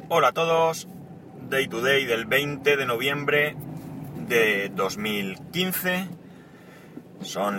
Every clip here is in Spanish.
Hola a todos, Day to Day del 20 de noviembre de 2015. Son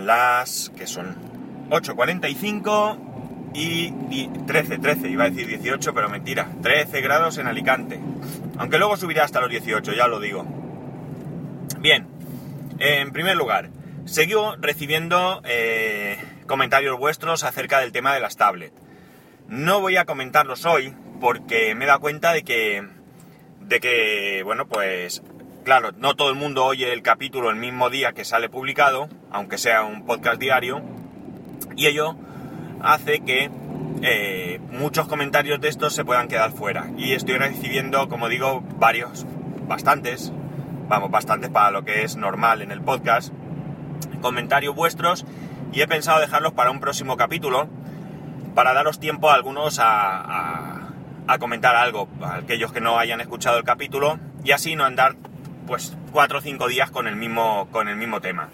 8:45 y 13, iba a decir 18, pero mentira, 13 grados en Alicante. Aunque luego subirá hasta los 18, ya lo digo. Bien, en primer lugar, sigo recibiendo comentarios vuestros acerca del tema de las tablets. No voy a comentarlos hoy porque me he dado cuenta de que, bueno, pues, claro, no todo el mundo oye el capítulo el mismo día que sale publicado, aunque sea un podcast diario, y ello hace que muchos comentarios de estos se puedan quedar fuera. Y estoy recibiendo, como digo, bastantes para lo que es normal en el podcast, comentarios vuestros, y he pensado dejarlos para un próximo capítulo, para daros tiempo a algunos a comentar algo, a aquellos que no hayan escuchado el capítulo, y así no andar pues 4 o 5 días con el mismo tema.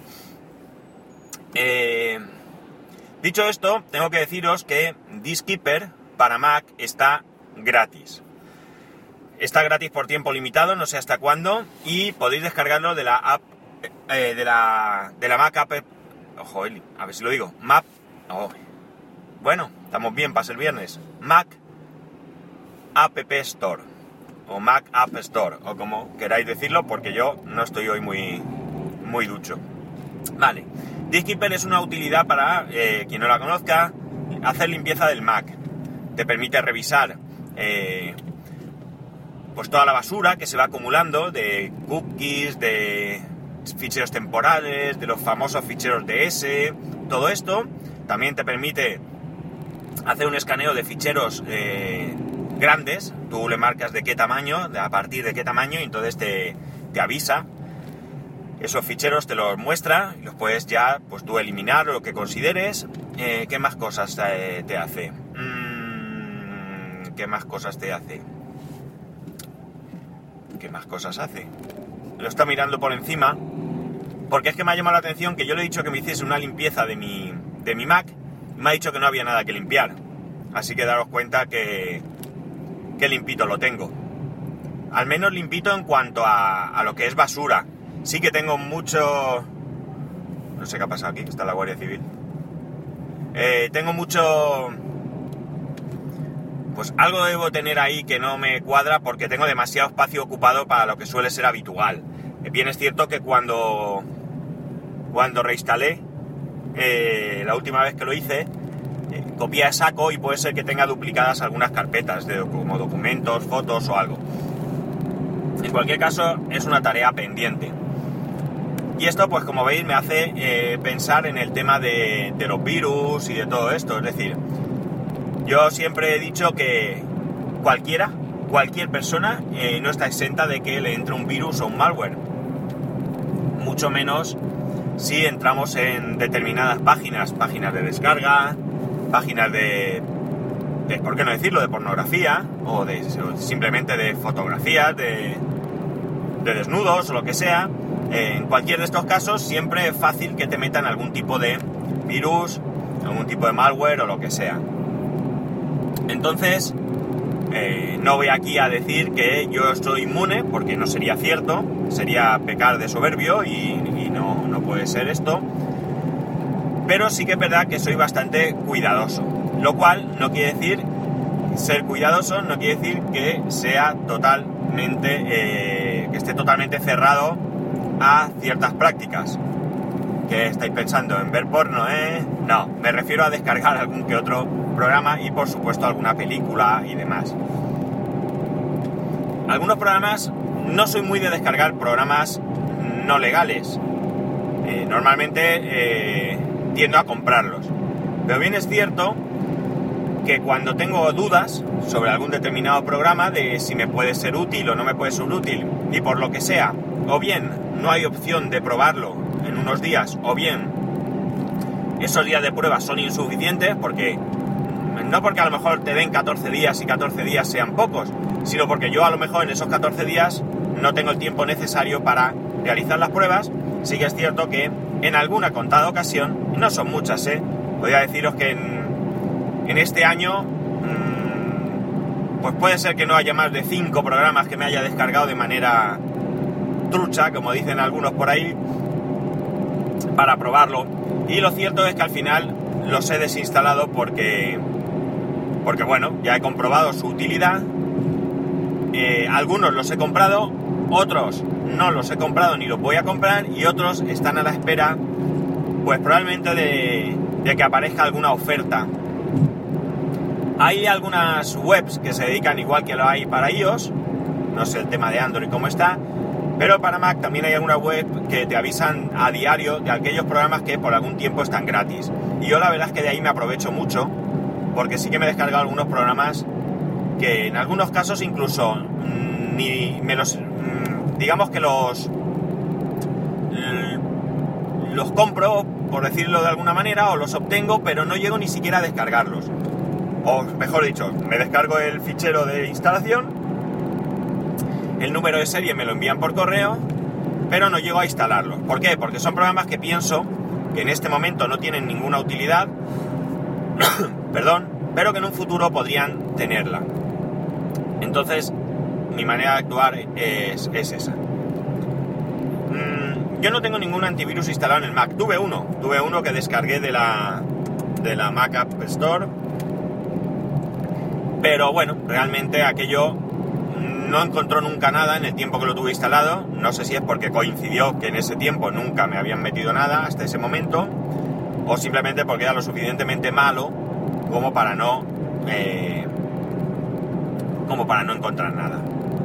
Dicho esto, tengo que deciros que Diskkeeper para Mac está gratis. Está gratis por tiempo limitado, no sé hasta cuándo, y podéis descargarlo de la app de la Mac App. Ojo, Eli, a ver si lo digo. Bueno, estamos bien para ser viernes. Mac App Store o Mac App Store, o como queráis decirlo, porque yo no estoy hoy muy ducho. Vale, Diskkeeper es una utilidad para, quien no la conozca, hacer limpieza del Mac. Te permite revisar pues toda la basura que se va acumulando de cookies, de ficheros temporales, de los famosos ficheros DS, todo esto. También te permite hacer un escaneo de ficheros grandes. Tú le marcas de qué tamaño, a partir de qué tamaño, y entonces te avisa. Esos ficheros te los muestra y los puedes ya, pues tú eliminar lo que consideres. ¿Qué más cosas te hace? ¿Qué más cosas te hace? ¿Qué más cosas hace? Lo está mirando por encima, porque es que me ha llamado la atención que yo le he dicho que me hiciese una limpieza de mi Mac, y me ha dicho que no había nada que limpiar. Así que daros cuenta que limpito lo tengo. Al menos limpito en cuanto a lo que es basura. Sí que tengo mucho... No sé qué ha pasado aquí, está la Guardia Civil. Tengo mucho... Pues algo debo tener ahí que no me cuadra, porque tengo demasiado espacio ocupado para lo que suele ser habitual. Bien es cierto que cuando reinstalé, la última vez que lo hice, copié a saco, y puede ser que tenga duplicadas algunas carpetas, como documentos, fotos o algo. En cualquier caso, es una tarea pendiente. Y esto, pues como veis, me hace pensar en el tema de los virus y de todo esto. Es decir, yo siempre he dicho que cualquier persona no está exenta de que le entre un virus o un malware. Mucho menos si entramos en determinadas páginas de descarga, páginas de ¿por qué no decirlo?, de pornografía, o simplemente de fotografías, de desnudos o lo que sea. En cualquier de estos casos siempre es fácil que te metan algún tipo de virus, algún tipo de malware o lo que sea. Entonces, no voy aquí a decir que yo estoy inmune, porque no sería cierto, sería pecar de soberbio y no puede ser esto. Pero sí que es verdad que soy bastante cuidadoso, lo cual no quiere decir, ser cuidadoso no quiere decir que sea totalmente, que esté totalmente cerrado a ciertas prácticas. ¿Qué estáis pensando? ¿En ver porno, No, me refiero a descargar algún que otro programa y por supuesto alguna película y demás. Algunos programas, no soy muy de descargar programas no legales. Normalmente tiendo a comprarlos. Pero bien es cierto que cuando tengo dudas sobre algún determinado programa, de si me puede ser útil o no me puede ser útil, y por lo que sea, o bien no hay opción de probarlo en unos días, o bien esos días de prueba son insuficientes, no porque a lo mejor te den 14 días y 14 días sean pocos, sino porque yo a lo mejor en esos 14 días no tengo el tiempo necesario para realizar las pruebas. Sí que es cierto que en alguna contada ocasión, no son muchas, podría deciros que en este año pues puede ser que no haya más de 5 programas que me haya descargado de manera trucha, como dicen algunos por ahí, para probarlo. Y lo cierto es que al final los he desinstalado porque bueno, ya he comprobado su utilidad. Algunos los he comprado, otros no los he comprado ni los voy a comprar, y otros están a la espera, pues probablemente de que aparezca alguna oferta. Hay algunas webs que se dedican, igual que lo hay para iOS, no sé el tema de Android cómo está, pero para Mac también hay alguna web que te avisan a diario de aquellos programas que por algún tiempo están gratis. Y yo la verdad es que de ahí me aprovecho mucho, porque sí que me he descargado algunos programas que en algunos casos incluso ni me los... digamos que los compro, por decirlo de alguna manera, o los obtengo, pero no llego ni siquiera a descargarlos. O mejor dicho, me descargo el fichero de instalación, el número de serie me lo envían por correo, pero no llego a instalarlos. ¿Por qué? Porque son programas que pienso que en este momento no tienen ninguna utilidad, perdón, pero que en un futuro podrían tenerla. Entonces, mi manera de actuar es esa. Yo no tengo ningún antivirus instalado en el Mac. Tuve uno que descargué de la Mac App Store, pero bueno, realmente aquello no encontró nunca nada en el tiempo que lo tuve instalado. No sé si es porque coincidió que en ese tiempo nunca me habían metido nada hasta ese momento, o simplemente porque era lo suficientemente malo como para no encontrar nada.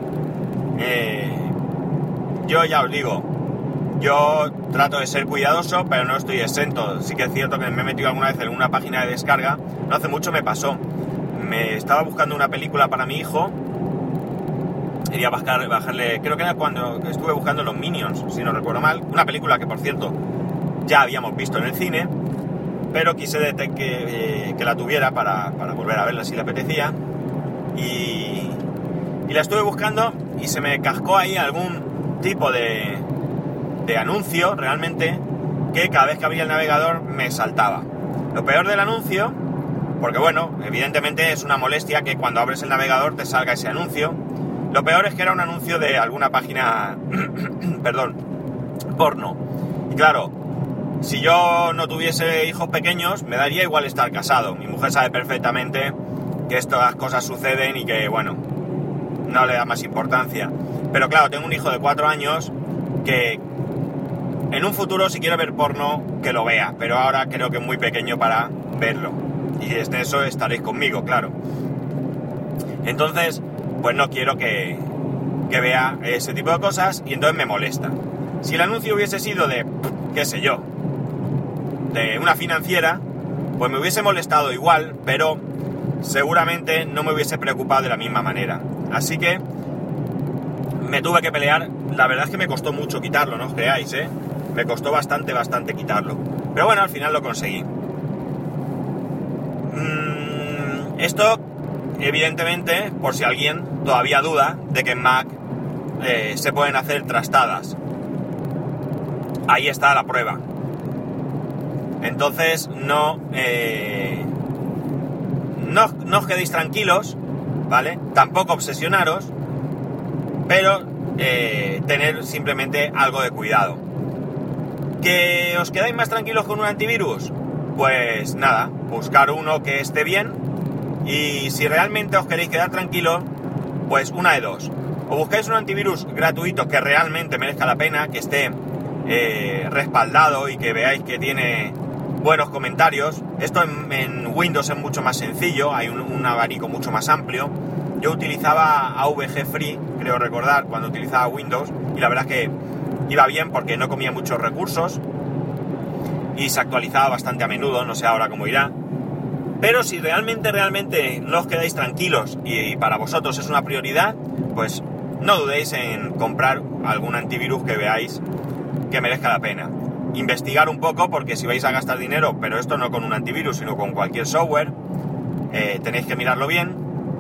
Yo ya os digo, yo trato de ser cuidadoso, pero no estoy exento. Sí que es cierto que me he metido alguna vez en una página de descarga. No hace mucho me pasó. Me estaba buscando una película para mi hijo. Quería bajarle, creo que era cuando estuve buscando los Minions, si no recuerdo mal. Una película que, por cierto, ya habíamos visto en el cine, pero quise que la tuviera para volver a verla si le apetecía. Y la estuve buscando y se me cascó ahí algún tipo de anuncio, realmente, que cada vez que abría el navegador me saltaba. Lo peor del anuncio, porque bueno, evidentemente es una molestia que cuando abres el navegador te salga ese anuncio. Lo peor es que era un anuncio de alguna página, perdón, porno. Y claro, si yo no tuviese hijos pequeños, me daría igual estar casado. Mi mujer sabe perfectamente que estas cosas suceden y que, bueno, no le da más importancia. Pero claro, tengo un hijo de 4 años que en un futuro, si quiere ver porno, que lo vea, pero ahora creo que es muy pequeño para verlo. Y desde eso estaréis conmigo, claro. Entonces, pues no quiero que vea ese tipo de cosas, y entonces me molesta. Si el anuncio hubiese sido de, qué sé yo, de una financiera, pues me hubiese molestado igual, pero seguramente no me hubiese preocupado de la misma manera. Así que me tuve que pelear. La verdad es que me costó mucho quitarlo, no os creáis, me costó bastante quitarlo, pero bueno, al final lo conseguí. Esto, evidentemente, por si alguien todavía duda de que en Mac se pueden hacer trastadas, ahí está la prueba. Entonces no os quedéis tranquilos, ¿vale? Tampoco obsesionaros, pero tener simplemente algo de cuidado. ¿Que os quedáis más tranquilos con un antivirus? Pues nada, buscar uno que esté bien, y si realmente os queréis quedar tranquilos, pues una de dos: o buscáis un antivirus gratuito que realmente merezca la pena, que esté respaldado y que veáis que tiene buenos comentarios. Esto en Windows es mucho más sencillo, hay un abanico mucho más amplio. Yo utilizaba AVG Free, creo recordar, cuando utilizaba Windows, y la verdad es que iba bien porque no comía muchos recursos y se actualizaba bastante a menudo, no sé ahora cómo irá. Pero si realmente no os quedáis tranquilos y para vosotros es una prioridad, pues no dudéis en comprar algún antivirus que veáis que merezca la pena. Investigar un poco, porque si vais a gastar dinero, pero esto no con un antivirus, sino con cualquier software, tenéis que mirarlo bien.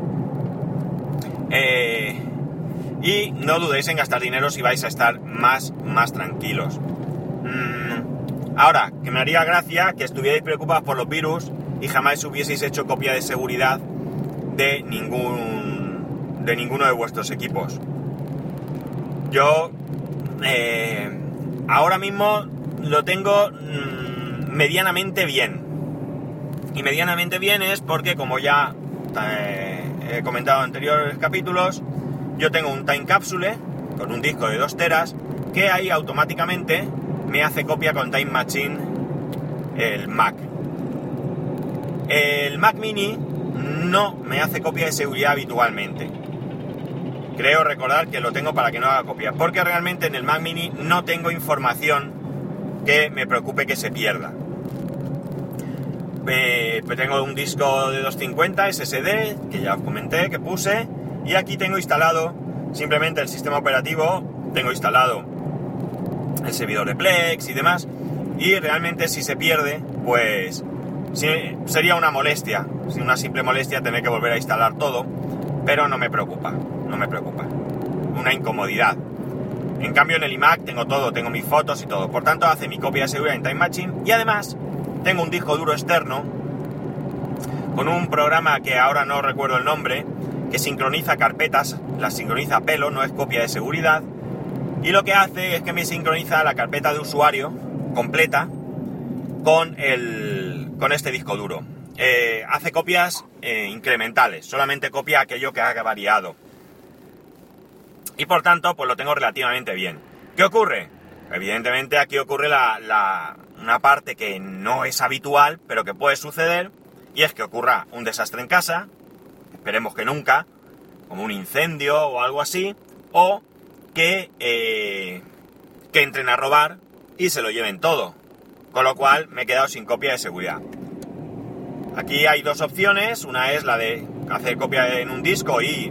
Y no dudéis en gastar dinero si vais a estar más tranquilos. Ahora, que me haría gracia que estuvierais preocupados por los virus y jamás hubieseis hecho copia de seguridad de ningún de ninguno de vuestros equipos. Yo ahora mismo lo tengo medianamente bien. Y medianamente bien es porque, como ya he comentado en anteriores capítulos, yo tengo un Time Capsule con un disco de 2 teras que ahí automáticamente me hace copia con Time Machine el Mac. El Mac Mini no me hace copia de seguridad habitualmente. Creo recordar que lo tengo para que no haga copia, porque realmente en el Mac Mini no tengo información que me preocupe que se pierda. Tengo un disco de 250 SSD, que ya os comenté, que puse, y aquí tengo instalado simplemente el sistema operativo, tengo instalado el servidor de Plex y demás, y realmente si se pierde, pues sería una molestia, una simple molestia tener que volver a instalar todo, pero no me preocupa, una incomodidad. En cambio en el iMac tengo todo, tengo mis fotos y todo, por tanto hace mi copia de seguridad en Time Machine, y además tengo un disco duro externo con un programa que ahora no recuerdo el nombre, que sincroniza carpetas, las sincroniza a pelo, no es copia de seguridad, y lo que hace es que me sincroniza la carpeta de usuario completa con este disco duro. Hace copias incrementales, solamente copia aquello que haga variado. Y por tanto, pues lo tengo relativamente bien. ¿Qué ocurre? Evidentemente aquí ocurre una parte que no es habitual, pero que puede suceder, y es que ocurra un desastre en casa, esperemos que nunca, como un incendio o algo así, o que entren a robar y se lo lleven todo, con lo cual me he quedado sin copia de seguridad. Aquí hay 2 opciones, una es la de hacer copia en un disco y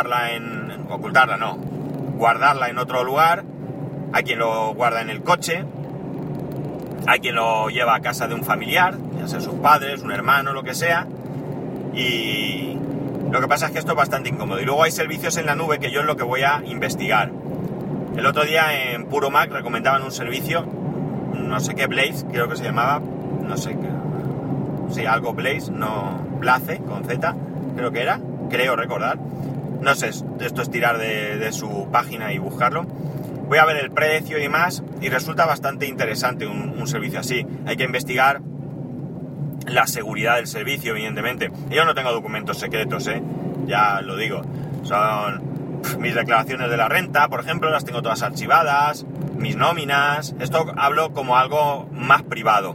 guardarla en otro lugar. Hay quien lo guarda en el coche, hay quien lo lleva a casa de un familiar, ya sea sus padres, un hermano, lo que sea, y lo que pasa es que esto es bastante incómodo. Y luego hay servicios en la nube que yo es lo que voy a investigar. El otro día en Puro Mac recomendaban un servicio, no sé qué, Blaze, creo que se llamaba, no sé qué, sí, algo Blaze, no, Blaze, con Z, creo recordar. No sé, esto es tirar de su página y buscarlo. Voy a ver el precio y demás, y resulta bastante interesante un servicio así. Hay que investigar la seguridad del servicio, evidentemente. Yo no tengo documentos secretos, ya lo digo. Son mis declaraciones de la renta, por ejemplo, las tengo todas archivadas, mis nóminas. Esto hablo como algo más privado.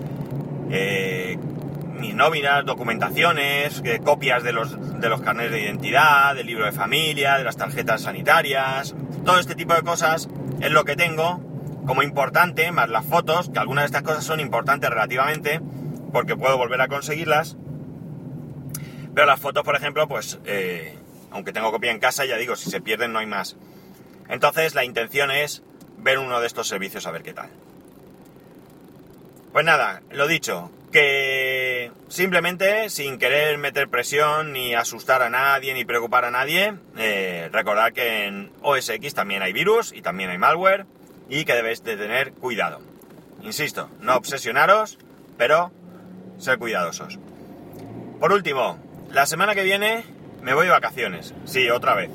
Mis nóminas, documentaciones, copias de los carnets de identidad, del libro de familia, de las tarjetas sanitarias, todo este tipo de cosas es lo que tengo como importante, más las fotos, que algunas de estas cosas son importantes relativamente, porque puedo volver a conseguirlas, pero las fotos, por ejemplo, pues, aunque tengo copia en casa, ya digo, si se pierden no hay más. Entonces la intención es ver uno de estos servicios a ver qué tal. Pues nada, lo dicho, que simplemente, sin querer meter presión, ni asustar a nadie, ni preocupar a nadie, recordad que en OS X también hay virus y también hay malware, y que debéis de tener cuidado. Insisto, no obsesionaros, pero ser cuidadosos. Por último, la semana que viene me voy de vacaciones, sí, otra vez.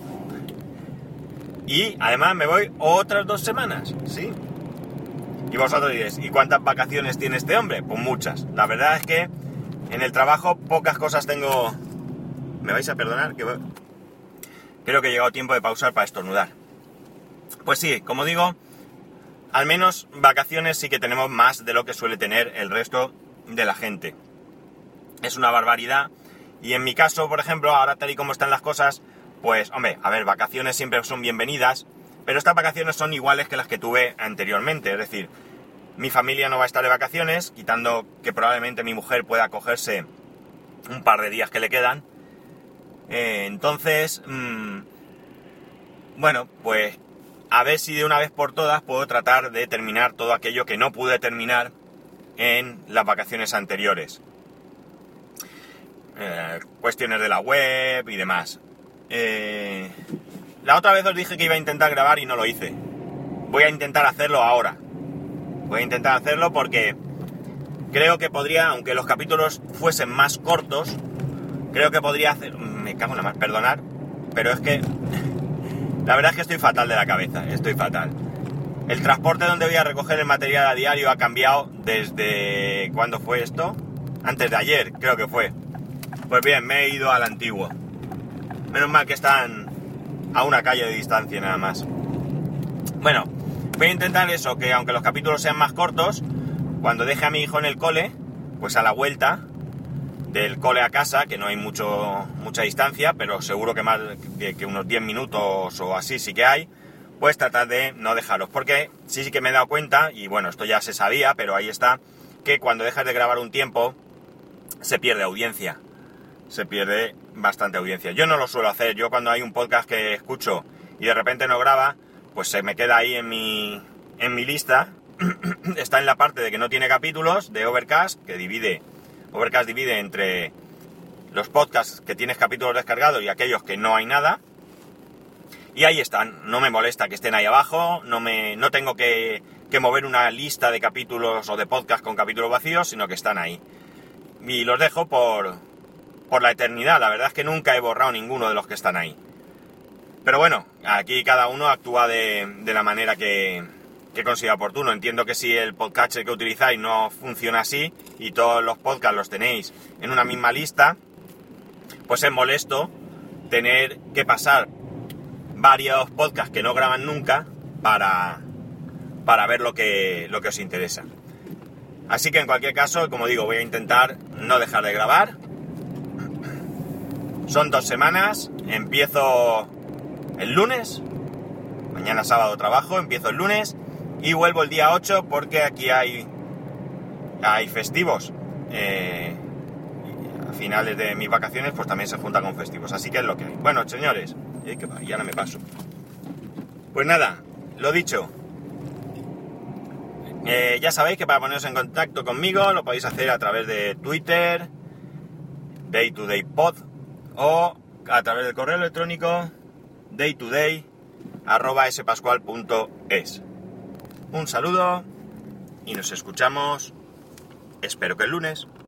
Y además me voy otras 2 semanas, sí. Y vosotros diréis, ¿y cuántas vacaciones tiene este hombre? Pues muchas. La verdad es que en el trabajo pocas cosas tengo... ¿Me vais a perdonar? Creo que ha llegado tiempo de pausar para estornudar. Pues sí, como digo, al menos vacaciones sí que tenemos más de lo que suele tener el resto de la gente. Es una barbaridad. Y en mi caso, por ejemplo, ahora tal y como están las cosas, pues, hombre, a ver, vacaciones siempre son bienvenidas, pero estas vacaciones son iguales que las que tuve anteriormente. Es decir, mi familia no va a estar de vacaciones, quitando que probablemente mi mujer pueda cogerse un par de días que le quedan. Entonces, bueno, pues a ver si de una vez por todas puedo tratar de terminar todo aquello que no pude terminar en las vacaciones anteriores. Cuestiones de la web y demás. La otra vez os dije que iba a intentar grabar y no lo hice. Voy a intentar hacerlo ahora. Voy a intentar hacerlo porque creo que podría, aunque los capítulos fuesen más cortos, creo que podría hacer... Me cago en la mar, perdonad. pero es que la verdad es que estoy fatal de la cabeza, estoy fatal. El transporte donde voy a recoger el material a diario ha cambiado desde... ¿Cuándo fue esto? Antes de ayer, creo que fue. Pues bien, me he ido al antiguo. Menos mal que están a una calle de distancia nada más. Bueno, voy a intentar eso, que aunque los capítulos sean más cortos, cuando deje a mi hijo en el cole, pues a la vuelta del cole a casa, que no hay mucha distancia, pero seguro que más que unos 10 minutos o así sí que hay, pues tratar de no dejaros. Porque sí que me he dado cuenta, y bueno, esto ya se sabía, pero ahí está, que cuando dejas de grabar un tiempo, se pierde audiencia. Se pierde bastante audiencia. Yo no lo suelo hacer. Yo cuando hay un podcast que escucho y de repente no graba, pues se me queda ahí en mi lista. Está en la parte de que no tiene capítulos de Overcast, que Overcast divide entre los podcasts que tienes capítulos descargados y aquellos que no hay nada. Y ahí están. No me molesta que estén ahí abajo. No tengo que mover una lista de capítulos o de podcasts con capítulos vacíos, sino que están ahí. Y los dejo por la eternidad. La verdad es que nunca he borrado ninguno de los que están ahí. Pero bueno, aquí cada uno actúa de la manera que considera oportuno. Entiendo que si el podcatcher que utilizáis no funciona así y todos los podcasts los tenéis en una misma lista, pues es molesto tener que pasar varios podcasts que no graban nunca para ver lo que os interesa. Así que en cualquier caso, como digo, voy a intentar no dejar de grabar. Son 2 semanas, empiezo el lunes, mañana sábado trabajo, empiezo el lunes y vuelvo el día 8 porque aquí hay festivos. A finales de mis vacaciones pues también se junta con festivos, así que es lo que hay. Bueno, señores, ya no me paso. Pues nada, lo dicho. Ya sabéis que para poneros en contacto conmigo lo podéis hacer a través de Twitter, DayTodayPod, o a través del correo electrónico daytoday@spascual.es. Un saludo y nos escuchamos, espero que el lunes.